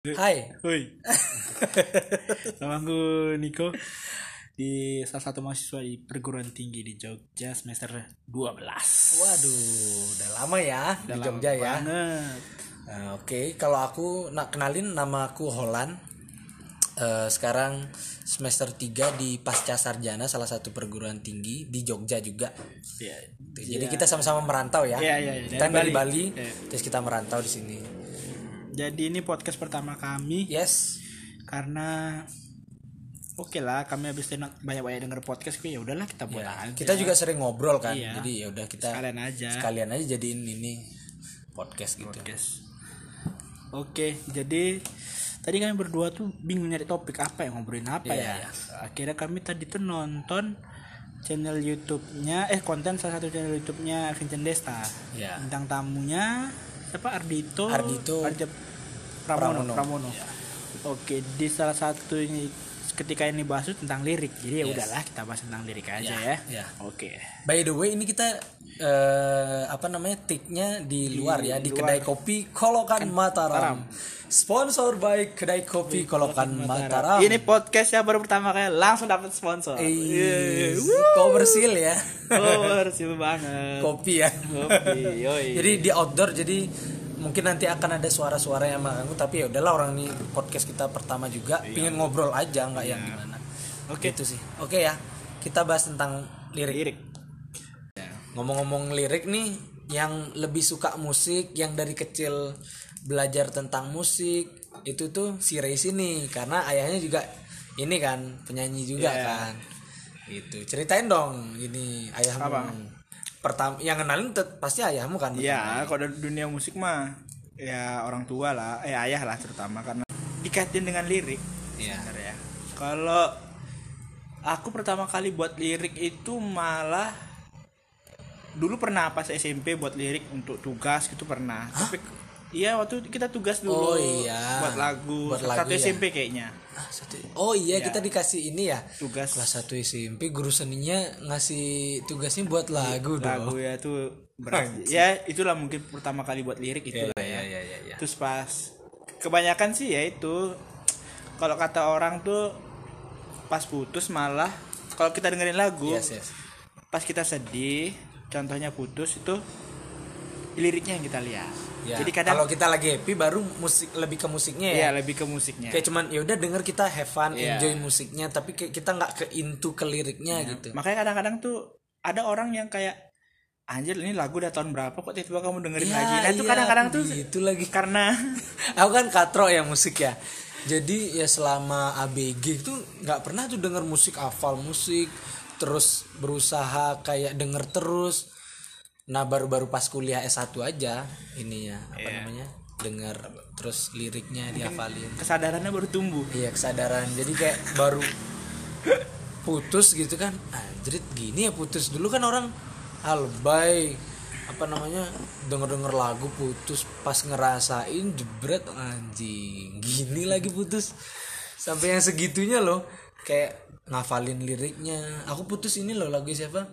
Hai. Hoi. Sama aku Niko di salah satu mahasiswa di perguruan tinggi di Jogja semester 12. Waduh, udah lama ya Udah di lama Jogja ya. banget. Oke, kalau aku nak kenalin, nama aku Holland. Sekarang semester 3 di Pasca Sarjana salah satu perguruan tinggi di Jogja juga. Ya, Jadi kita sama-sama merantau ya. Iya. Kita dari Bali, Iya. terus kita merantau di sini. Jadi ini podcast pertama kami Yes. karena oke lah, kami habis banyak-banyak denger podcast, ya udahlah kita buat Ya, aja. kita juga sering ngobrol kan. Iya. Jadi ya udah kita sekalian aja jadiin ini podcast gitu. podcast. Oke, jadi tadi kami berdua tuh bingung nyari topik apa ya, ngobrolin apa Iya, ya. Akhirnya kami tadi tuh nonton channel YouTube-nya konten salah satu channel YouTube-nya Vincent Desta. Iya. Bintang tamunya siapa? Ardito Pramono. Ya. Oke, di salah satu ini ketika ini bahas tentang lirik. Jadi ya udahlah kita bahas tentang lirik aja ya. Ya. Oke. By the way, ini kita tiknya di luar ya, di luar. kedai kopi Kolokan Mataram. Sponsor by kedai kopi Kolokan Mataram. Ini podcast yang baru pertama kali langsung dapat sponsor. Komersil ya. Komersil banget. Kopi ya. Kopi. Yoi. Jadi di outdoor, jadi mungkin nanti akan ada suara-suara yang mengganggu, tapi ya udahlah, orang ini podcast kita pertama juga, pingin ngobrol aja, nggak yang gimana. Oke. Itu sih. Oke ya. Kita bahas tentang lirik. Ngomong-ngomong lirik nih, yang lebih suka musik, yang dari kecil belajar tentang musik, itu tuh si Reisi nih, karena ayahnya juga ini kan penyanyi juga kan. Itu ceritain dong, ini ayahmu. Apa? Pertama yang kenalin pasti ayahmu kan. Iya, kalau dari dunia musik mah ya orang tua lah, ayah lah terutama, karena dikaitin dengan lirik. Iya. Sebenarnya. Kalau aku pertama kali buat lirik itu malah dulu pernah pas SMP buat lirik untuk tugas gitu pernah. Hah? Tapi iya, waktu kita tugas dulu. Oh iya. Buat lagu satu ya? SMP kayaknya. Oh iya, Ya. kita dikasih ini ya. Tugas Kelas 1 SMP guru seninya ngasih tugasnya buat lagu lagu dong. ya tuh berat. Ya itulah mungkin pertama kali buat lirik itulah ya. Iya. Terus pas kebanyakan sih ya itu, kalau kata orang tuh pas putus malah kalau kita dengerin lagu, Yes. pas kita sedih, contohnya putus itu liriknya yang kita lihat. Ya, Jadi kadang kalau kita lagi happy baru musik, lebih ke musiknya ya. ya lebih ke musiknya. Kayak cuman ya udah denger, kita have fun, Iya. enjoy musiknya, tapi kayak kita nggak ke into ke liriknya gitu. Makanya kadang-kadang tuh ada orang yang kayak, anjir ini lagu udah tahun berapa kok tiba-tiba kamu dengerin Ya, lagi. Nah itu iya, kadang-kadang tuh gitu lagi. karena Aku kan katro ya musik ya. Jadi ya selama ABG tuh nggak pernah tuh denger musik, hafal musik, terus berusaha kayak denger terus. Nah baru-baru pas kuliah S1 aja ininya namanya, denger terus liriknya dihafalin. kesadarannya baru tumbuh. Iya, kesadaran. Jadi kayak baru putus gitu kan, anjrit gini ya putus. Dulu kan orang albay denger lagu putus, pas ngerasain jebret, anjing gini lagi putus. Sampai yang segitunya loh, kayak ngafalin liriknya. Aku putus ini loh, lagu siapa?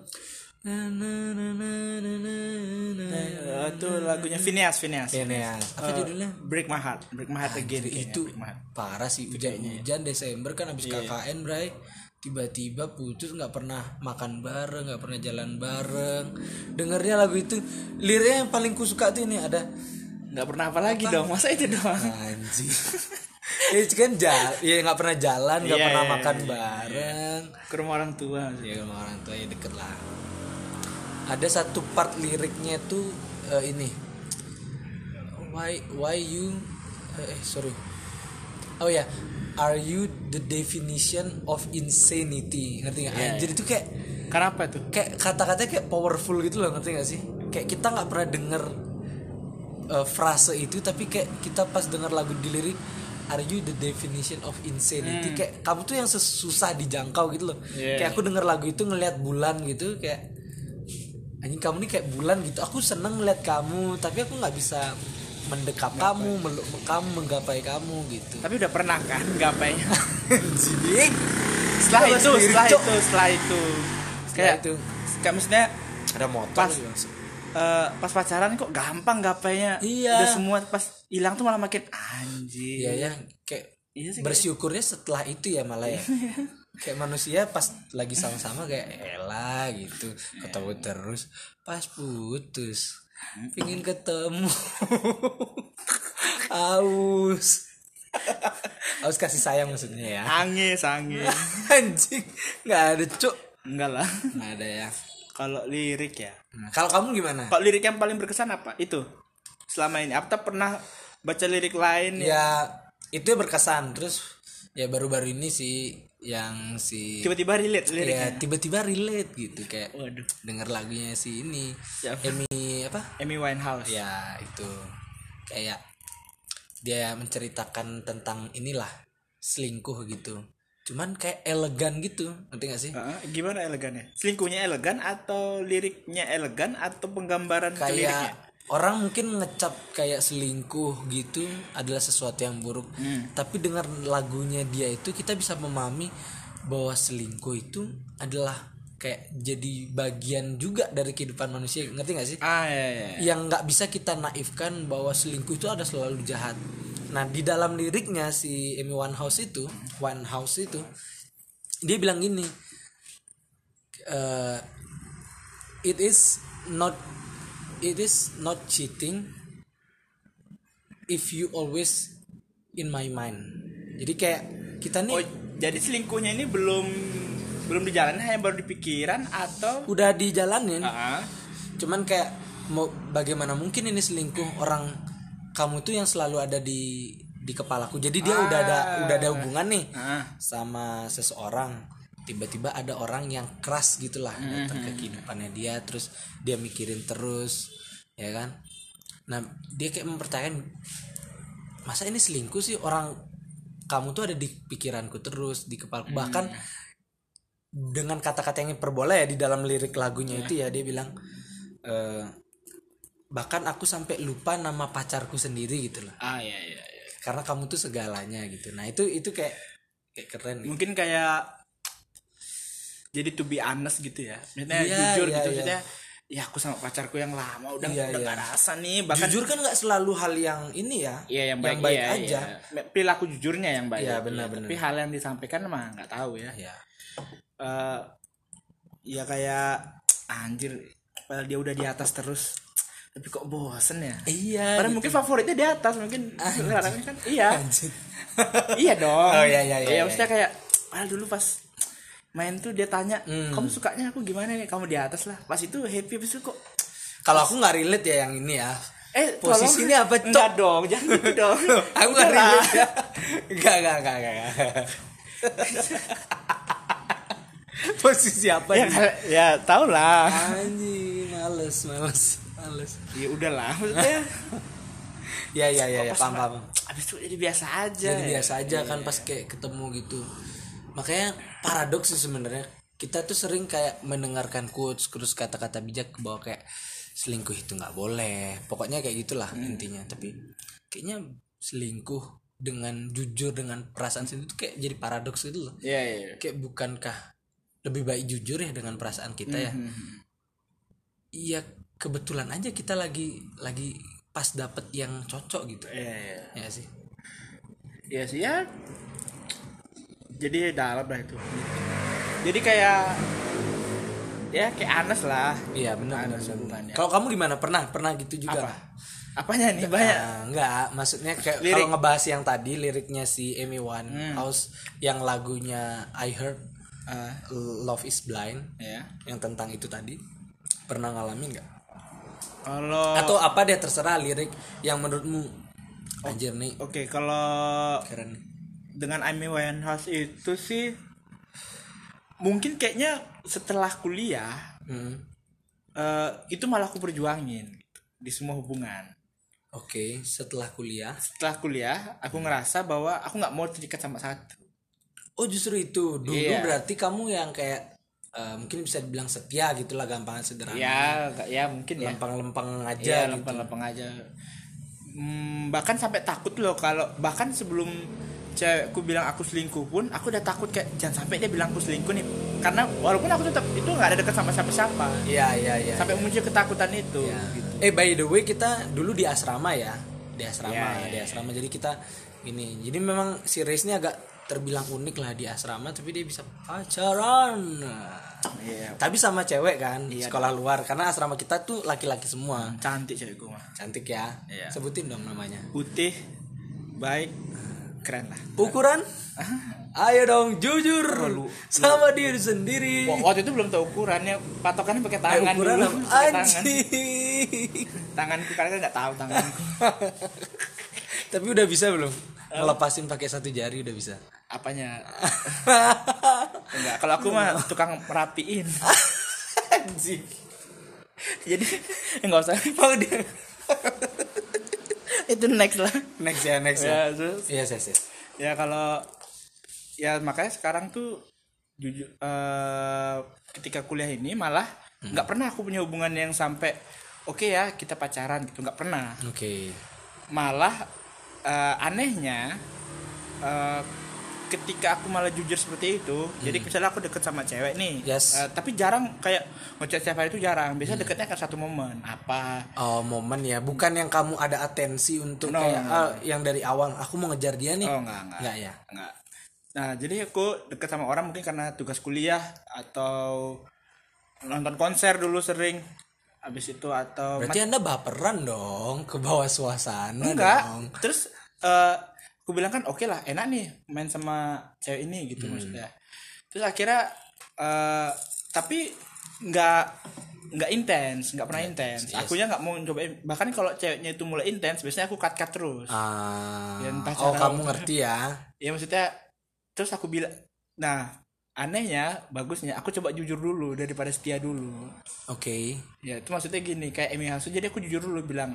Itu lagunya Phineas. Apa judulnya? Break My Heart Again. Itu Break My Heart. parah sih. Hujan Desember kan habis KKN, bray. Tiba-tiba putus, nggak pernah makan bareng, nggak pernah jalan bareng. Dengernya lagu itu, liriknya yang paling kusuka tuh ini ada. Nggak pernah apa lagi dong, masa itu doang. Anjing. Itu kan ya nggak pernah jalan, nggak pernah makan bareng. Ke rumah orang tua. Ya sama orang tua ya deket lah. Ada satu part liriknya tuh ini. Why you sorry. Oh ya, are you the definition of insanity? Ngerti nggak? Anjir itu kayak Kenapa tuh? kayak kata-katanya kayak powerful gitu loh, ngerti nggak sih? Kayak kita nggak pernah denger frase itu, tapi kayak kita pas denger lagu di lirik, are you the definition of insanity? Kayak kamu tuh yang susah dijangkau gitu loh. Kayak aku denger lagu itu ngelihat bulan gitu, kayak anjing kamu nih kayak bulan gitu. Aku seneng ngeliat kamu, tapi aku nggak bisa mendekap kamu, meluk kamu, menggapai kamu gitu. Tapi udah pernah kan gapainya? Anjing. Setelah itu kayak itu kayak maksudnya ada motor pas langsung. pas pacaran kok gampang gapainya. Iya. Udah semua pas hilang tuh malah makin anjing. Iya ya, kayak Iya sih, bersyukurnya setelah itu ya malah ya. Kayak manusia pas lagi sama-sama kayak elah gitu, ketemu terus, pas putus pingin ketemu. aus aus kasih sayang maksudnya ya. Angis. Anjing, nggak ada cuk, Enggak lah. nggak ada ya. Kalau lirik ya. Nah, kalau kamu gimana? Kalau lirik yang paling berkesan apa? Itu. Selama ini apa pernah baca lirik lain Ya itu ya berkesan. Terus ya baru-baru ini sih yang si tiba-tiba relate ya liriknya? tiba-tiba relate gitu, kayak Waduh. denger lagunya si ini Siapa? Amy Winehouse. ya itu kayak dia menceritakan tentang inilah selingkuh gitu, cuman kayak elegan gitu, ngerti gak sih? Gimana elegannya? Selingkuhnya elegan atau liriknya elegan atau penggambaran ke liriknya? Kayak orang mungkin ngecap kayak selingkuh gitu adalah sesuatu yang buruk, tapi dengar lagunya dia itu kita bisa memahami bahwa selingkuh itu adalah kayak jadi bagian juga dari kehidupan manusia, ngerti gak sih? Iya. Yang nggak bisa kita naifkan bahwa selingkuh itu ada selalu jahat. Nah di dalam liriknya si Amy Winehouse itu dia bilang gini, it is not cheating if you always in my mind. Jadi kayak kita nih Jadi selingkuhnya ini belum dijalanin, hanya baru di pikiran atau udah dijalanin. Heeh. Cuman kayak mau bagaimana mungkin ini selingkuh, orang kamu tuh yang selalu ada di kepalaku. Jadi dia udah ada hubungan nih sama seseorang, tiba-tiba ada orang yang keras gitulah datang ke kehidupannya dia, terus dia mikirin terus, ya kan? Nah dia kayak mempertanyakan, masa ini selingkuh sih, orang kamu tuh ada di pikiranku terus, di kepalaku. Bahkan dengan kata-kata yang hiperbola ya di dalam lirik lagunya itu ya, dia bilang bahkan aku sampai lupa nama pacarku sendiri gitu loh. Iya. Karena kamu tuh segalanya gitu. Nah itu kayak keren gitu. Mungkin kayak jadi to be honest gitu ya. Maksudnya Iya, jujur iya, gitu. iya. Maksudnya ya aku sama pacarku yang lama udah Iya, udah iya. gak rasa nih. Bahkan Jujur kan nggak selalu hal yang ini ya. Iya yang baik, aja. Iya. Perilaku jujurnya yang baik. Iya, benar-benar. Tapi hal yang disampaikan mah nggak tahu ya. Ya. Ya kayak anjir, padahal dia udah di atas terus. Tapi kok bosen ya? Iya. Padahal mungkin favoritnya di atas, mungkin sekarang kan iya. Anjir. Iya dong. Oh, iya. Maksudnya kayak padahal dulu pas main tuh dia tanya, kamu sukanya aku gimana nih? Kamu di atas lah. Pas itu happy, pas itu kok Kalau aku nggak relate ya yang ini ya. Posisinya apa, Cok? Enggak dong, jangan gitu dong. Aku nggak relate ya. Enggak. Posisi apa Ya, nih? ya tau lah. Anjing, males. Ya udahlah, maksudnya Ya, paham. abis itu jadi biasa aja. Jadi biasa aja kan pas kayak ketemu gitu. Makanya paradoks sih sebenarnya. Kita tuh sering kayak mendengarkan quotes terus kata-kata bijak bahwa kayak selingkuh itu nggak boleh. Pokoknya kayak gitulah intinya. Tapi kayaknya selingkuh dengan jujur dengan perasaan sendiri tuh kayak jadi paradoks gitu loh. Iya. Kayak bukankah lebih baik jujur ya dengan perasaan kita ya? Iya, kebetulan aja kita lagi pas dapet yang cocok gitu. Iya. Ya sih. Iya sih ya. Jadi dalam lah itu. Jadi kayak ya kayak Anas lah. Iya benar. Hubungannya. Kalau kamu gimana? Pernah gitu juga? Apa? Apanya nih banyak? Enggak, maksudnya kayak Lirik. kalau ngebahas yang tadi liriknya si Amy Winehouse yang lagunya I Heard Love Is Blind, Ya. yang tentang itu tadi, pernah ngalamin nggak? Kalau Atau apa deh, terserah lirik yang menurutmu anjir nih Oke, kalau keren nih. dengan Amy Winehouse itu sih mungkin kayaknya setelah kuliah itu malah aku perjuangin gitu, di semua hubungan. Oke, setelah kuliah. Setelah kuliah aku ngerasa bahwa aku nggak mau terikat sama satu. Oh justru itu dulu. Iya. Berarti kamu yang kayak mungkin bisa dibilang setia gitulah, gampangan sederhana. Ya mungkin ya. Lempeng-lempeng aja Iya, gitu. lempeng-lempeng aja. Bahkan sampai takut loh kalau bahkan sebelum cewekku bilang aku selingkuh pun aku udah takut kayak jangan sampai dia bilang aku selingkuh nih, karena walaupun aku tetap itu nggak ada dekat sama siapa-siapa. Iya. Sampai muncul ketakutan itu. Ya. Gitu. By the way kita dulu di asrama ya, di asrama, Ya. di asrama. Jadi kita ini, jadi memang si Reis ini agak terbilang unik lah di asrama, tapi dia bisa pacaran. Iya. Tapi sama cewek kan, Iya. sekolah luar, karena asrama kita tuh laki-laki semua. Cantik cewekku mah. Cantik ya. Iya. Sebutin dong namanya. Putih, baik, keren lah. Ukuran? Ayo dong jujur sama diri sendiri. Waktu itu belum tahu ukurannya, patokannya pakai tangan ukuran dulu. apa? Pakai tangan. Anjing. Tanganku karena kan nggak tahu tanganku. Tapi udah bisa belum? Ngelepasin pakai satu jari udah bisa. Apanya? Enggak, kalau aku mah tukang merapiin. Anjing. Jadi enggak usah mau dia. Itu next lah. Next ya. Ya, terus Yes. ya kalau ya makanya sekarang tuh jujur ketika kuliah ini malah nggak pernah aku punya hubungan yang sampai oke ya kita pacaran gitu, nggak pernah. Oke. Malah anehnya ketika aku malah jujur seperti itu, jadi misalnya aku deket sama cewek nih, Yes. tapi jarang kayak ngechat setiap hari itu jarang, biasanya deketnya kan satu momen apa. Oh, momen ya, bukan yang kamu ada atensi untuk No, kayak no. yang dari awal aku mau ngejar dia nih. Oh enggak ya. enggak. Nah jadi aku deket sama orang mungkin karena tugas kuliah atau nonton konser dulu sering, habis itu atau Berarti Anda baperan dong, ke bawah suasana enggak. dong. Terus aku bilang kan oke lah, enak nih main sama cewek ini gitu maksudnya. Terus akhirnya tapi nggak intens, nggak pernah intens. Yes. Akunya nggak mau cobain. Bahkan kalau ceweknya itu mulai intens, biasanya aku cut terus. Ah. Ya, entah Oh, cara kamu apa. ngerti ya. Ya maksudnya terus aku bilang, nah anehnya bagusnya aku coba jujur dulu daripada setia dulu. Oke. Ya itu maksudnya gini, kayak Emi Hasu, jadi aku jujur dulu bilang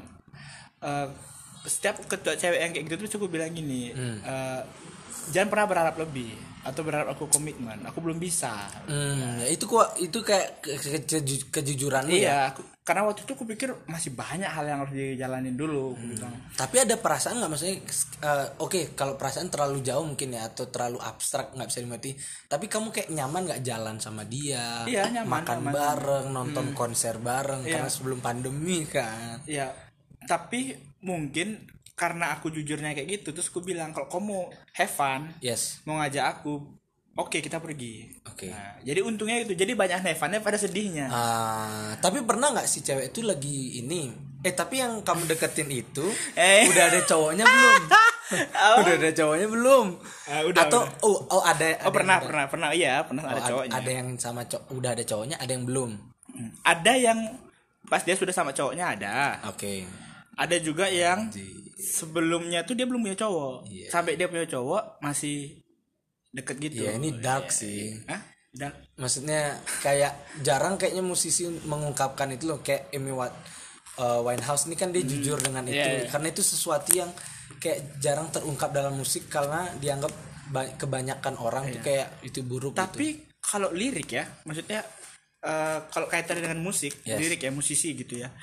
setiap ketua cewek yang kayak gitu terus aku bilang gini, jangan pernah berharap lebih atau berharap aku komitmen, aku belum bisa. Ya, itu kayak kejujuran lu ya. Iya, karena waktu itu aku pikir masih banyak hal yang harus dijalanin dulu. Aku bilang. Tapi ada perasaan nggak, maksudnya oke, kalau perasaan terlalu jauh mungkin ya, atau terlalu abstrak nggak bisa dimengerti. Tapi kamu kayak nyaman nggak jalan sama dia? Iya, nyaman, makan nyaman. bareng, nonton konser bareng, Iya. karena sebelum pandemi kan. Ya, tapi mungkin karena aku jujurnya kayak gitu, terus aku bilang kalau kamu have fun, Yes. mau ngajak aku, oke kita pergi. Oke. Nah, jadi untungnya itu, jadi banyak have funnya pada sedihnya. Tapi pernah nggak si cewek itu lagi ini? Tapi yang kamu deketin itu udah ada cowoknya belum? Udah ada cowoknya belum? Udah, Atau udah. ada Pernah iya pernah ada cowoknya. Ada yang sama udah ada cowoknya, ada yang belum. Ada yang pas dia sudah sama cowoknya ada. Oke. Ada juga yang sebelumnya tuh dia belum punya cowok. Iya. Sampai dia punya cowok masih deket gitu. Ya ini dark sih. Hah? Dark. Maksudnya kayak jarang kayaknya musisi mengungkapkan itu loh, kayak Winehouse ini kan dia jujur dengan itu. Iya. Karena itu sesuatu yang kayak jarang terungkap dalam musik karena dianggap kebanyakan orang tuh kayak itu buruk. Tapi kalau lirik ya, maksudnya kalau kaitannya dengan musik, Yes. lirik ya, musisi gitu ya.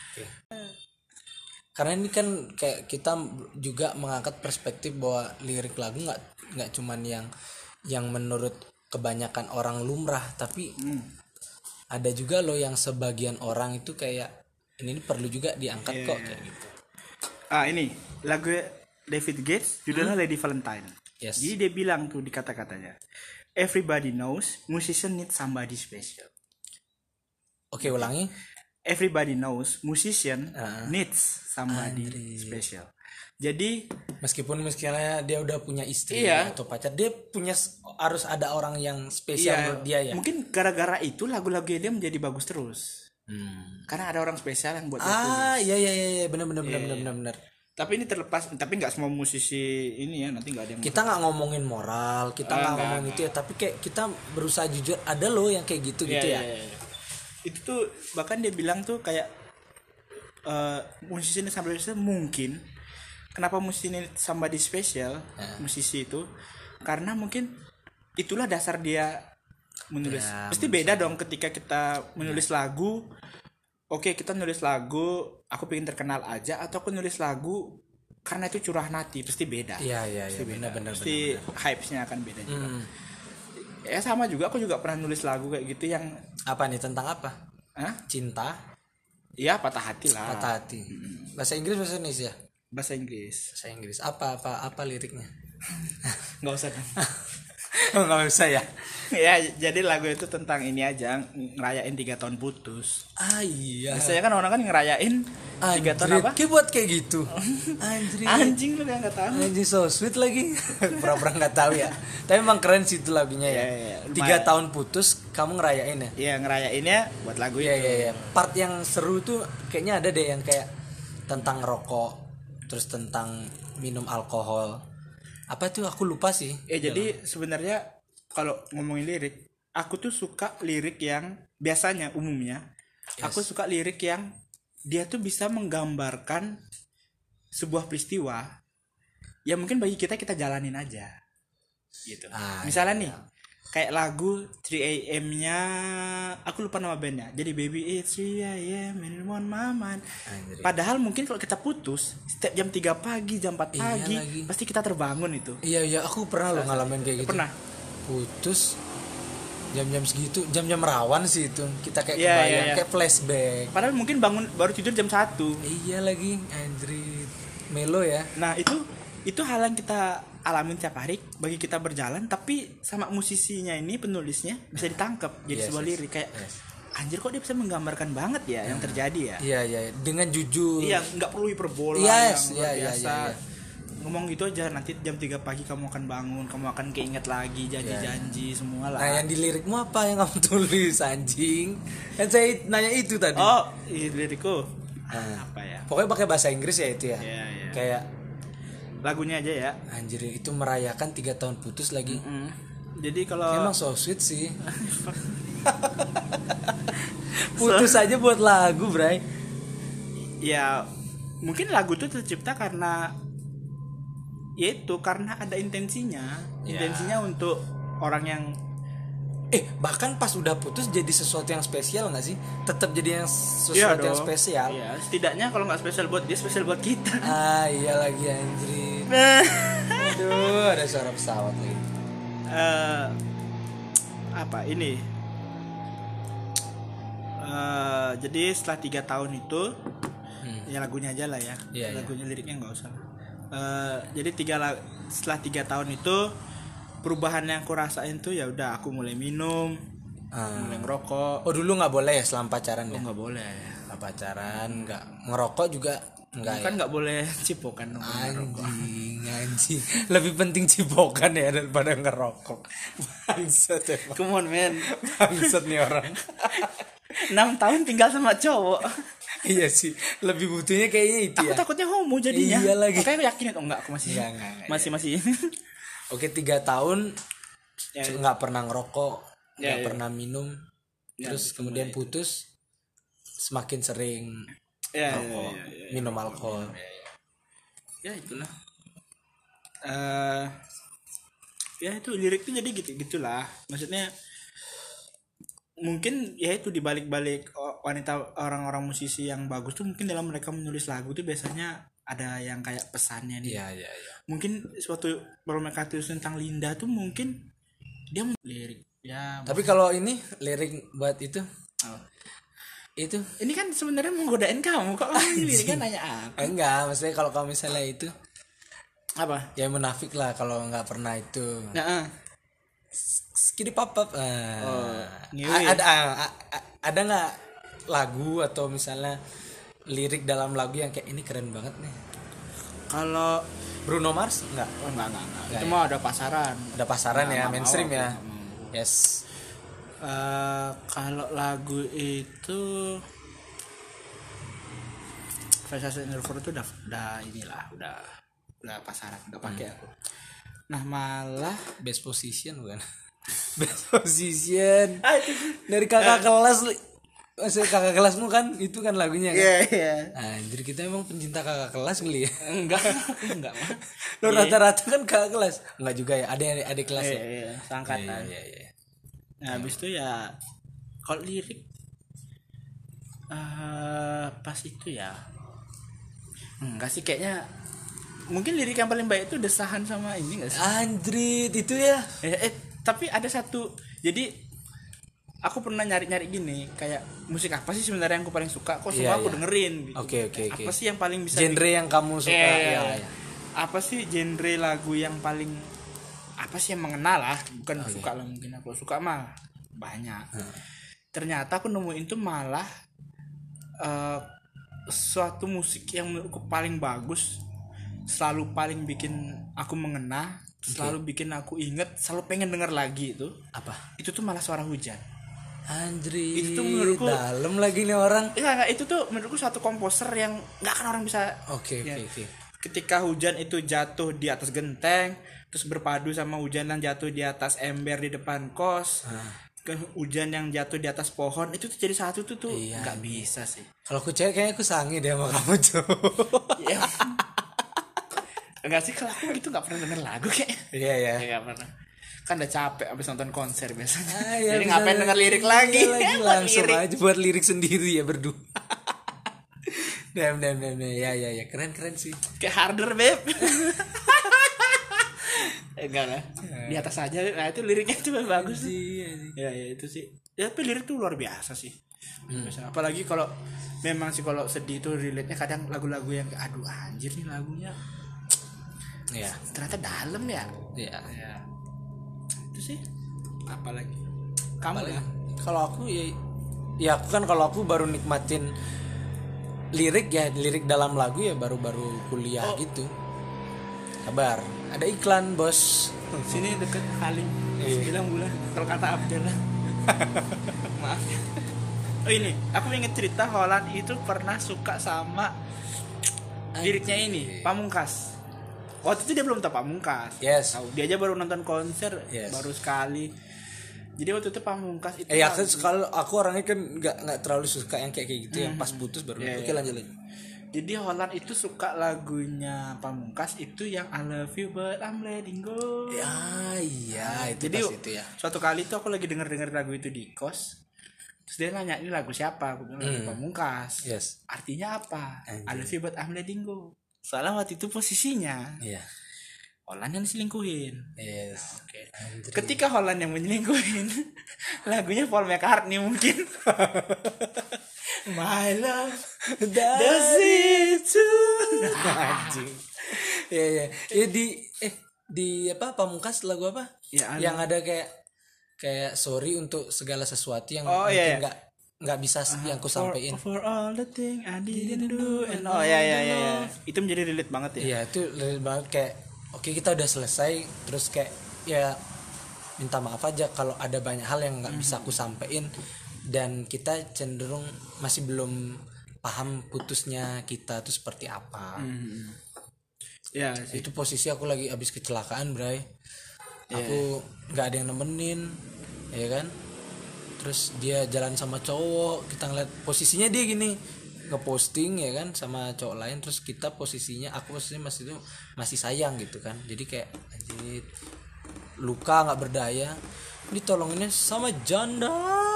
Karena ini kan kayak kita juga mengangkat perspektif bahwa lirik lagu nggak cuman yang menurut kebanyakan orang lumrah, tapi ada juga loh yang sebagian orang itu kayak ini perlu juga diangkat kok kayak gitu. Ini lagu David Gates judulnya Lady Valentine. Yes. Jadi dia bilang tuh di kata-katanya, everybody knows musician need somebody special. Oke, ulangi. Everybody knows musician needs somebody special. Jadi Meskipun misalnya dia udah punya istri Iya. atau pacar, dia punya harus ada orang yang spesial menurut dia ya. mungkin gara-gara itu lagu-lagunya dia menjadi bagus terus. Karena ada orang spesial yang buat dia tulis. Iya, benar. Tapi ini terlepas, tapi nggak semua musisi ini ya, nanti nggak ada yang Kita nggak ngomongin moral, kita nggak ngomongin itu ya, tapi kayak kita berusaha jujur. Ada loh yang kayak gitu ya. Iya. Itu tuh bahkan dia bilang tuh kayak musisi ini somebody special, mungkin kenapa musisi ini somebody special, musisi itu karena mungkin itulah dasar dia menulis. Pasti beda dong ketika kita menulis lagu. Oke, kita nulis lagu aku pengen terkenal aja, atau aku nulis lagu karena itu curahan hati pasti beda. Iya Pasti beda. benar. Pasti hype-nya akan beda juga. Ya sama juga, aku juga pernah nulis lagu kayak gitu yang Apa nih, tentang apa? Hah? Cinta, Ya patah hati lah. patah hati. Bahasa Inggris, bahasa Indonesia? Bahasa Inggris. Bahasa Inggris. Apa liriknya? Nggak usah dong. Nggak usah ya. Ya jadi lagu itu tentang ini aja, ngerayain 3 tahun putus. Iya. Biasanya kan orang kan ngerayain 3 tahun apa? Kayak buat kayak gitu. Anjir. Anjing lu kayak nggak tahu. Anjing so sweet lagi. Pura-pura nggak tahu ya. Tapi emang keren sih itu lagunya ya. Iya. 3 tahun putus kamu ngerayain ya. Iya ngerayainnya buat lagu Iya itu. iya. Part yang seru tuh kayaknya ada deh yang kayak tentang rokok, terus tentang minum alkohol. Apa tuh aku lupa sih. Jadi sebenarnya kalau ngomongin lirik, aku tuh suka lirik yang biasanya umumnya aku suka lirik yang dia tuh bisa menggambarkan sebuah peristiwa yang mungkin bagi kita jalanin aja gitu. Misalnya nih kayak lagu 3am-nya, aku lupa nama bandnya, jadi Baby It's 3am and one maman. Padahal mungkin kalau kita putus setiap jam 3 pagi, jam 4 pagi pasti kita terbangun itu. Iya aku pernah loh ngalamin kayak gitu. Pernah putus jam-jam segitu, jam-jam rawan sih itu, kita kayak kebayang kayak flashback. Padahal mungkin bangun baru tidur jam 1. Iya lagi, anjrit, melo ya. Nah itu hal yang kita alamin tiap hari bagi kita berjalan, tapi sama musisinya ini, penulisnya bisa ditangkap jadi sebuah lirik kayak anjir kok dia bisa menggambarkan banget ya yang terjadi ya. Iya dengan jujur. Iya, nggak perlu hiperbola yang luar biasa. Ngomong gitu aja, nanti jam 3 pagi kamu akan bangun, kamu akan keinget lagi janji-janji semua lah. Nah yang di lirikmu apa yang kamu tulis anjing? Kan saya nanya itu tadi. Oh lirikku apa ya, pokoknya pakai bahasa Inggris ya itu ya. Iya. Kayak lagunya aja ya, anjir itu merayakan 3 tahun putus lagi. Jadi kalau emang so sweet sih. Putus aja buat lagu bray. Ya mungkin lagu itu tercipta karena karena ada intensinya untuk orang yang bahkan pas udah putus jadi sesuatu yang spesial nggak sih? Tetap jadi yang sesuatu yang spesial. Iya, setidaknya kalau nggak spesial buat dia, spesial buat kita. Iya lagi anjir. Aduh, ada suara pesawat lagi. Apa ini? Jadi setelah 3 tahun itu, ya lagunya aja lah ya. Lagunya liriknya nggak usah. Jadi setelah 3 tahun itu perubahan yang aku rasain tuh ya udah aku mulai minum, mulai ngerokok. Oh dulu nggak boleh ya selama pacaran ya? Nggak boleh. Nggak pacaran, nggak ngerokok juga nggak. Kan nggak boleh cipokan. Anjing. Lebih penting cipokan ya daripada ngerokok. Bangsat emang. Come on man. Bangsat nih orang. 6 tahun tinggal sama cowok. Iya sih, lebih butuhnya kayaknya itu ya. Aku takutnya homo jadinya. Iya lagi. Oke, aku yakin atau enggak, aku masih masih. Oke, 3 tahun nggak pernah ngerokok, nggak pernah minum, terus kemudian putus, semakin sering ngerokok, minum alkohol. Ya itulah. Ya itu lirik tuh jadi gitulah. Maksudnya mungkin ya itu dibalik-balik wanita, orang-orang musisi yang bagus tuh mungkin dalam mereka menulis lagu tuh biasanya ada yang kayak pesannya nih. Iya. Mungkin suatu kalau mereka tulis tentang Linda tuh mungkin dia lirik ya. Tapi kalau ini lirik buat itu itu ini kan sebenarnya menggodain kamu kok liriknya nanya apa? Enggak, maksudnya kalau kamu misalnya itu apa? Ya munafik lah kalau nggak pernah itu. Skidi papap. Ada nggak lagu atau misalnya lirik dalam lagu yang kayak ini keren banget nih? Kalau Bruno Mars enggak? Enggak. Itu mah ada pasaran. Ada pasaran ya, mainstream ya. Yes. Kalau lagu itu Versace Universe itu udah inilah, udah pasaran, enggak pakai aku. Nah, malah Best Position bukan? Best Position. Dari kakak kelas. Maksudnya kakak kelasmu kan itu kan lagunya kan? Iya. Anjir, kita emang pencinta kakak kelas kali ya? Enggak mah. Lo rata-rata kan kakak kelas. Enggak juga ya, ada adik kelas ya? Iya, seangkatan. Iya. Nah, habis itu ya kalau lirik pas itu ya enggak sih, kayaknya mungkin lirik yang paling baik itu desahan sama ini nggak sih? Andrit itu ya. Tapi ada satu, jadi aku pernah nyari-nyari gini, kayak musik apa sih sebenarnya yang aku paling suka, kok semua aku dengerin gitu. Oke. Apa sih yang paling bisa genre yang kamu suka? Ya. Apa sih genre lagu yang paling apa sih yang mengenal lah, bukan suka lah, mungkin aku suka mah banyak. Ternyata aku nemuin tuh malah suatu musik yang menurutku paling bagus, selalu paling bikin aku mengena, selalu bikin aku inget, selalu pengen denger lagi itu. Apa? Itu tuh malah Suara Hujan. Andrit. Itu tuh menurutku dalam lagi nih orang. Enggak, itu tuh menurutku suatu komposer yang nggak akan orang bisa. Oke. Ketika hujan itu jatuh di atas genteng, terus berpadu sama hujan yang jatuh di atas ember di depan kos, hujan yang jatuh di atas pohon, itu tuh jadi satu tuh nggak bisa sih. Kalau aku cewek kayaknya aku sange deh sama kamu cowok. Ya. Enggak sih, kalau aku gitu nggak pernah denger lagu kayak. Iya. Nggak pernah. Kan udah capek abis nonton konser biasanya. Ya, jadi ngapain denger lirik lagi? Langsung aja buat lirik sendiri ya berdua. Damn. Ya. Keren sih. Kayak harder, beb. Enggak lah. Di atas aja. Nah, itu liriknya tuh bagus. Ya itu sih. Ya, tapi lirik tuh luar biasa sih. Apalagi kalau memang sih kalau sedih tuh relate-nya kadang lagu-lagu yang aduh anjir nih lagunya. Ya, ternyata dalam ya. Iya. Itu sih. Apalagi kamu ya? Kalau aku ya aku kan kalau aku baru nikmatin lirik dalam lagu ya baru kuliah gitu. Kabar ada iklan bos, sini deket Halim 9 bulan kalau kata Abdullah. Maaf ya. Oh ini aku inget cerita Holland itu pernah suka sama liriknya ini Pamungkas. Waktu itu dia belum tahu Pamungkas. Yes. Dia aja baru nonton konser baru sekali. Jadi waktu itu Pamungkas itu ya kan kalau aku orangnya kan nggak terlalu suka yang kayak gitu yang pas putus baru. Oke, lanjut. Jadi Holland itu suka lagunya Pamungkas itu yang I love you but I'm letting go. Iya, itu jadi pas itu ya. Suatu kali tuh aku lagi denger lagu itu di kos. Terus dia nanya, ini lagu siapa? Aku bilang lagu Pamungkas. Yes. Artinya apa? I love you but I'm letting go. Soalnya waktu itu posisinya Holland yang diselingkuhin. Yes. Oke. Ketika Holland yang menyelingkuhin, lagunya Paul McCartney mungkin. My love does it too. Anjing. Ya di apa Pamungkas lagu apa? Yang ada kayak sorry untuk segala sesuatu yang mungkin nggak bisa yang ku sampein. For all the thing I didn't do and itu menjadi relate banget ya. Iya, itu relate banget kayak oke, kita udah selesai terus kayak ya minta maaf aja kalau ada banyak hal yang nggak bisa aku sampein dan kita cenderung masih belum paham putusnya kita tuh seperti apa. Ya itu posisi aku lagi habis kecelakaan, Bray. Aku nggak ada yang nemenin, ya kan. Terus dia jalan sama cowok, kita ngeliat posisinya dia gini ngeposting ya kan sama cowok lain, terus aku posisinya masih sayang gitu kan. Jadi kayak anjir, luka nggak berdaya, ditolonginnya sama janda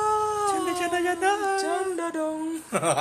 dong.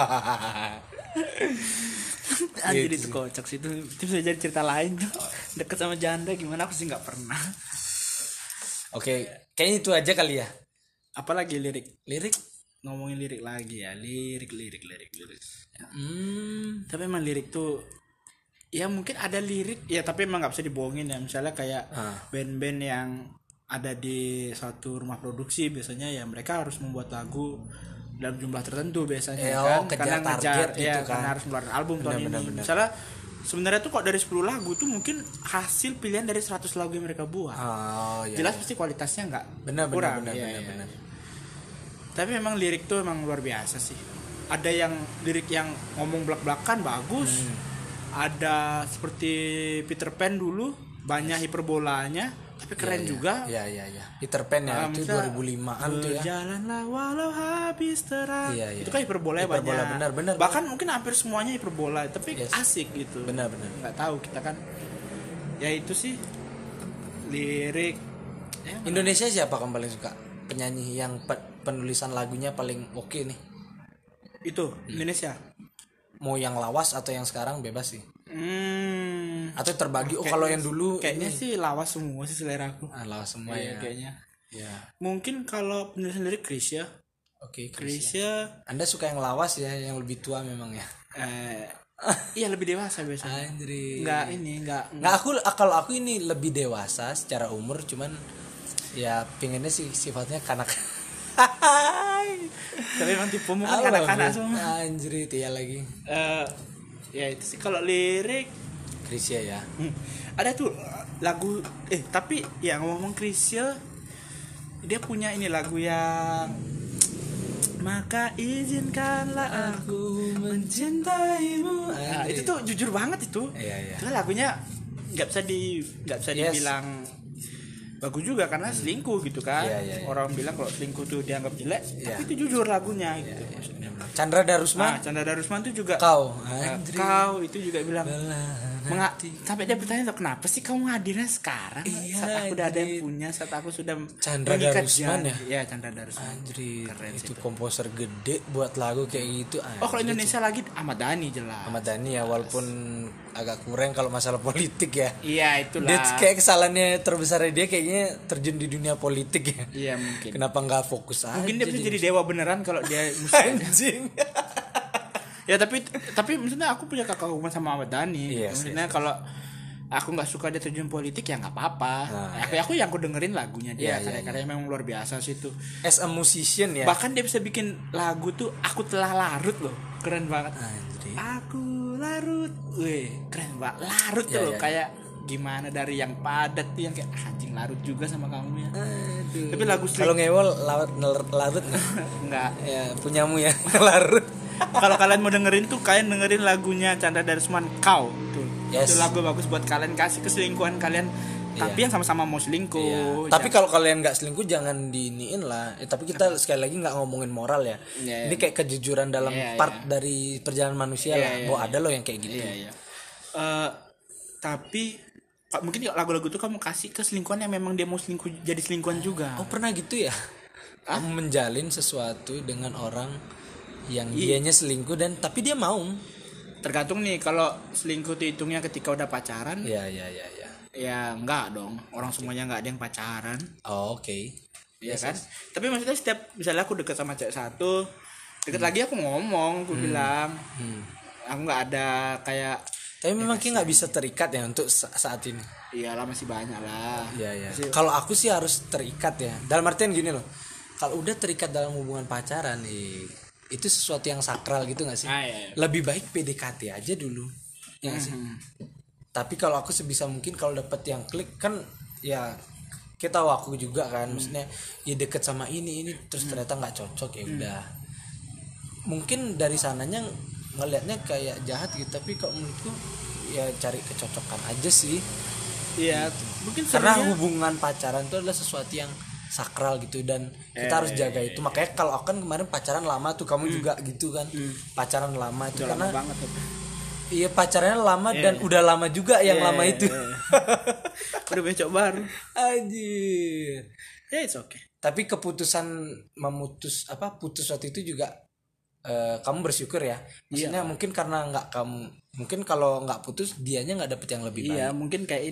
Anjir itu kocak sih, itu bisa jadi cerita lain tuh. Deket sama janda gimana, aku sih nggak pernah. Oke, kayaknya itu aja kali ya. Apalagi lirik ngomongin lirik lagi ya, lirik ya. Tapi emang lirik tuh ya mungkin ada lirik ya, tapi emang nggak bisa dibohongin ya. Misalnya kayak band-band yang ada di suatu rumah produksi biasanya ya mereka harus membuat lagu dalam jumlah tertentu biasanya karena ngejar gitu kan, karena harus ngeluarin album tahun ini. Misalnya sebenarnya tuh kok dari 10 lagu tuh mungkin hasil pilihan dari 100 lagu yang mereka buat. Jelas pasti kualitasnya nggak kurang. Benar. Tapi memang lirik tuh emang luar biasa sih. Ada yang lirik yang ngomong belak-belakan bagus. Ada seperti Peter Pan dulu, banyak hiperbolanya, tapi keren juga. Iya. Peter Pan ya, itu 2005-an tuh ya. Berjalanlah walau habis terang. Itu kan hiperbola banyak. Benar. Bahkan mungkin hampir semuanya hiperbola, tapi asik gitu. Benar. Nggak tahu kita kan. Ya itu sih lirik. Indonesia siapa kamu paling suka? Penyanyi yang penulisan lagunya paling oke nih? Itu Indonesia. Mau yang lawas atau yang sekarang bebas sih. Atau terbagi. Oh kalau yang dulu kayaknya sih lawas semua sih selera aku. lawas semua ya. Kayaknya. Ya. Mungkin kalau penulis sendiri Krisya. Oke, Krisya. Anda suka yang lawas ya, yang lebih tua memang ya. Iya lebih dewasa biasanya. Anjir. Enggak. Kalau aku ini lebih dewasa secara umur, cuman ya pengennya sih sifatnya kanak. Tapi emang tipemu kan kanak-kanak semua. Anjir ya lagi. Ya itu sih kalau lirik Krisya ya. ada tuh lagu tapi ya ngomong Krisya, dia punya ini lagu yang maka izinkanlah aku mencintaimu. Itu tuh jujur banget itu. Iya. Itu lagunya nggak bisa dibilang bagus juga karena selingkuh gitu kan. Iya. Orang bilang kalau selingkuh tuh dianggap jelek, tapi itu jujur lagunya gitu. Maksudnya. Chandra Darusman. Chandra Darusman tuh juga kau itu juga bilang sampai dia bertanya tuh kenapa sih kamu hadirnya sekarang saat aku udah ada yang punya, saat aku sudah Chandra Darusman ya? Iya Chandra Darusman. Anjir, keren itu komposer gede buat lagu kayak gitu. Oh kalau Indonesia lagi Ahmad Dhani jelas. Ahmad Dhani ya, walaupun agak kurang kalau masalah politik ya. Iya itulah. Dia kayak kesalahannya terbesar dia kayaknya terjun di dunia politik ya. Iya mungkin. Kenapa nggak fokus aja? Mungkin dia bisa jadi dewa beneran kalau dia anjing. Ya tapi maksudnya aku punya kakak rumah sama Ahmad Dhani. Maksudnya kalau aku nggak suka dia terjun politik ya nggak apa-apa. Aku dengerin lagunya dia, karya-karya memang luar biasa sih itu. As a musician ya. Bahkan dia bisa bikin lagu tuh aku telah larut loh, keren banget. Anjir. Aku larut, keren banget. Larut tuh loh, kayak gimana dari yang padat tuh yang kayak anjing larut juga sama kamu ya. Aduh. Tapi lagu kalau ngewol larut enggak ya punyamu ya larut. Kalau kalian mau dengerin tuh kalian dengerin lagunya Chandra Darusman Kau tuh. Itu lagu bagus buat kalian kasih keselingkuhan kalian. Tapi yang sama-sama mau selingkuh. Tapi kalau kalian nggak selingkuh jangan diiniin lah. Tapi kita sekali lagi nggak ngomongin moral ya. Ini kayak kejujuran dalam part dari perjalanan manusia lah. Bahwa ada loh yang kayak gitu. Tapi mungkin lagu-lagu tuh kamu kasih ke selingkuhan yang memang dia mau selingkuh jadi selingkuhan juga. Oh pernah gitu ya? Kamu menjalin sesuatu dengan orang yang dianya selingkuh tapi dia mau. Tergantung nih kalau selingkuh itu hitungnya ketika udah pacaran. Iya. Ya enggak dong. Orang semuanya enggak ada yang pacaran. Oh, oke. Iya kan? Tapi maksudnya setiap misalnya aku deket sama cewek satu, deket lagi aku ngomong, aku bilang aku enggak ada kayak. Tapi memang kita nggak bisa terikat ya untuk saat ini. Iyalah masih banyak lah. Iya. Kalau aku sih harus terikat ya. Dalam artian gini loh. Kalau udah terikat dalam hubungan pacaran itu sesuatu yang sakral gitu nggak sih? Iya. Lebih baik PDKT aja dulu. Ya sih. Tapi kalau aku sebisa mungkin kalau dapet yang klik kan ya kita tahu aku juga kan. Maksudnya ya deket sama ini terus ternyata nggak cocok ya udah. Mungkin dari sananya ngelihatnya kayak jahat gitu, tapi kalau menurutku ya cari kecocokan aja sih. Iya, mungkin karena hubungan pacaran itu adalah sesuatu yang sakral gitu dan kita harus jaga itu. Makanya kalau aku kan kemarin pacaran lama tuh, kamu juga gitu kan. Pacaran lama itu udah karena lama banget. Iya pacarannya lama dan udah lama juga yang lama itu. Udah becok baru. Anjir. Ya it's okay. Tapi keputusan putus waktu itu juga kamu bersyukur ya. Maksudnya mungkin karena mungkin kalau nggak putus dianya nggak dapet yang lebih baik. Iya mungkin kayak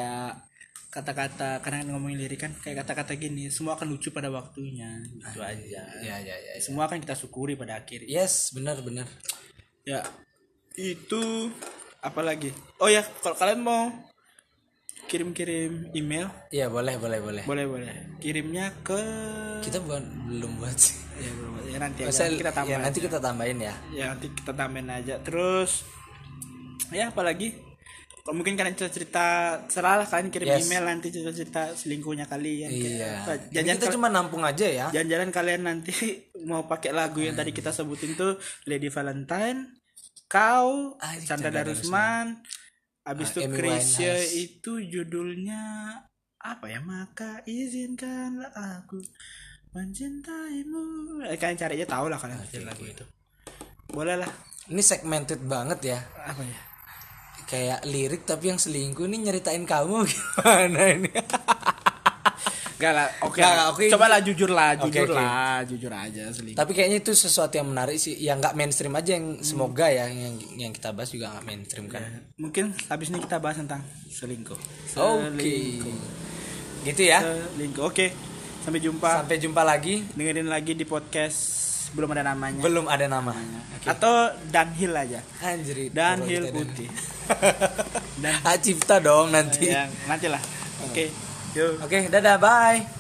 kata-kata karena ngomongin lirik kan kayak kata-kata gini, semua akan lucu pada waktunya gitu aja. Ya. Semua akan kita syukuri pada akhirnya. Yes, benar. Ya. Itu apa lagi? Oh ya, kalau kalian mau kirim-kirim email, ya boleh. Kirimnya ke kita belum buat sih. Ya nanti kita tambahin. Ya nanti kita tambahin ya. Ya nanti kita tambahin aja. Terus ya apalagi? Kalau mungkin kalian cerita seralah kalian kirim email nanti cerita selingkuhnya kalian. Iya. Kita cuma nampung aja ya. Jangan-jangan kalian nanti mau pakai lagu yang tadi kita sebutin tuh Lady Valentine, Kau, Chandra Darusman, abis itu Krisya itu judulnya apa ya? Maka izinkanlah aku mencintaimu. Kalian cari aja tahu lah kalian lagu itu. Boleh lah. Ini segmented banget ya. Apa ya? Kayak lirik tapi yang selingkuh ini nyeritain kamu gimana ini? Enggak lah, oke. Oke. Cobalah jujur lah, Oke. jujur aja selingkuh. Tapi kayaknya itu sesuatu yang menarik sih, yang nggak mainstream aja, yang semoga ya yang kita bahas juga nggak mainstream kan. Mungkin habis ini kita bahas tentang selingkuh. Oke. Gitu ya. Selingkuh. Oke. Sampai jumpa. Sampai jumpa lagi. Dengerin lagi di podcast belum ada namanya. Belum ada nama. Okay. Atau Dunhill aja. Anjir. Dunhill putih. Dan hak cipta dong nanti. Nanti lah. Oke. Yuk. Oke, dadah, bye.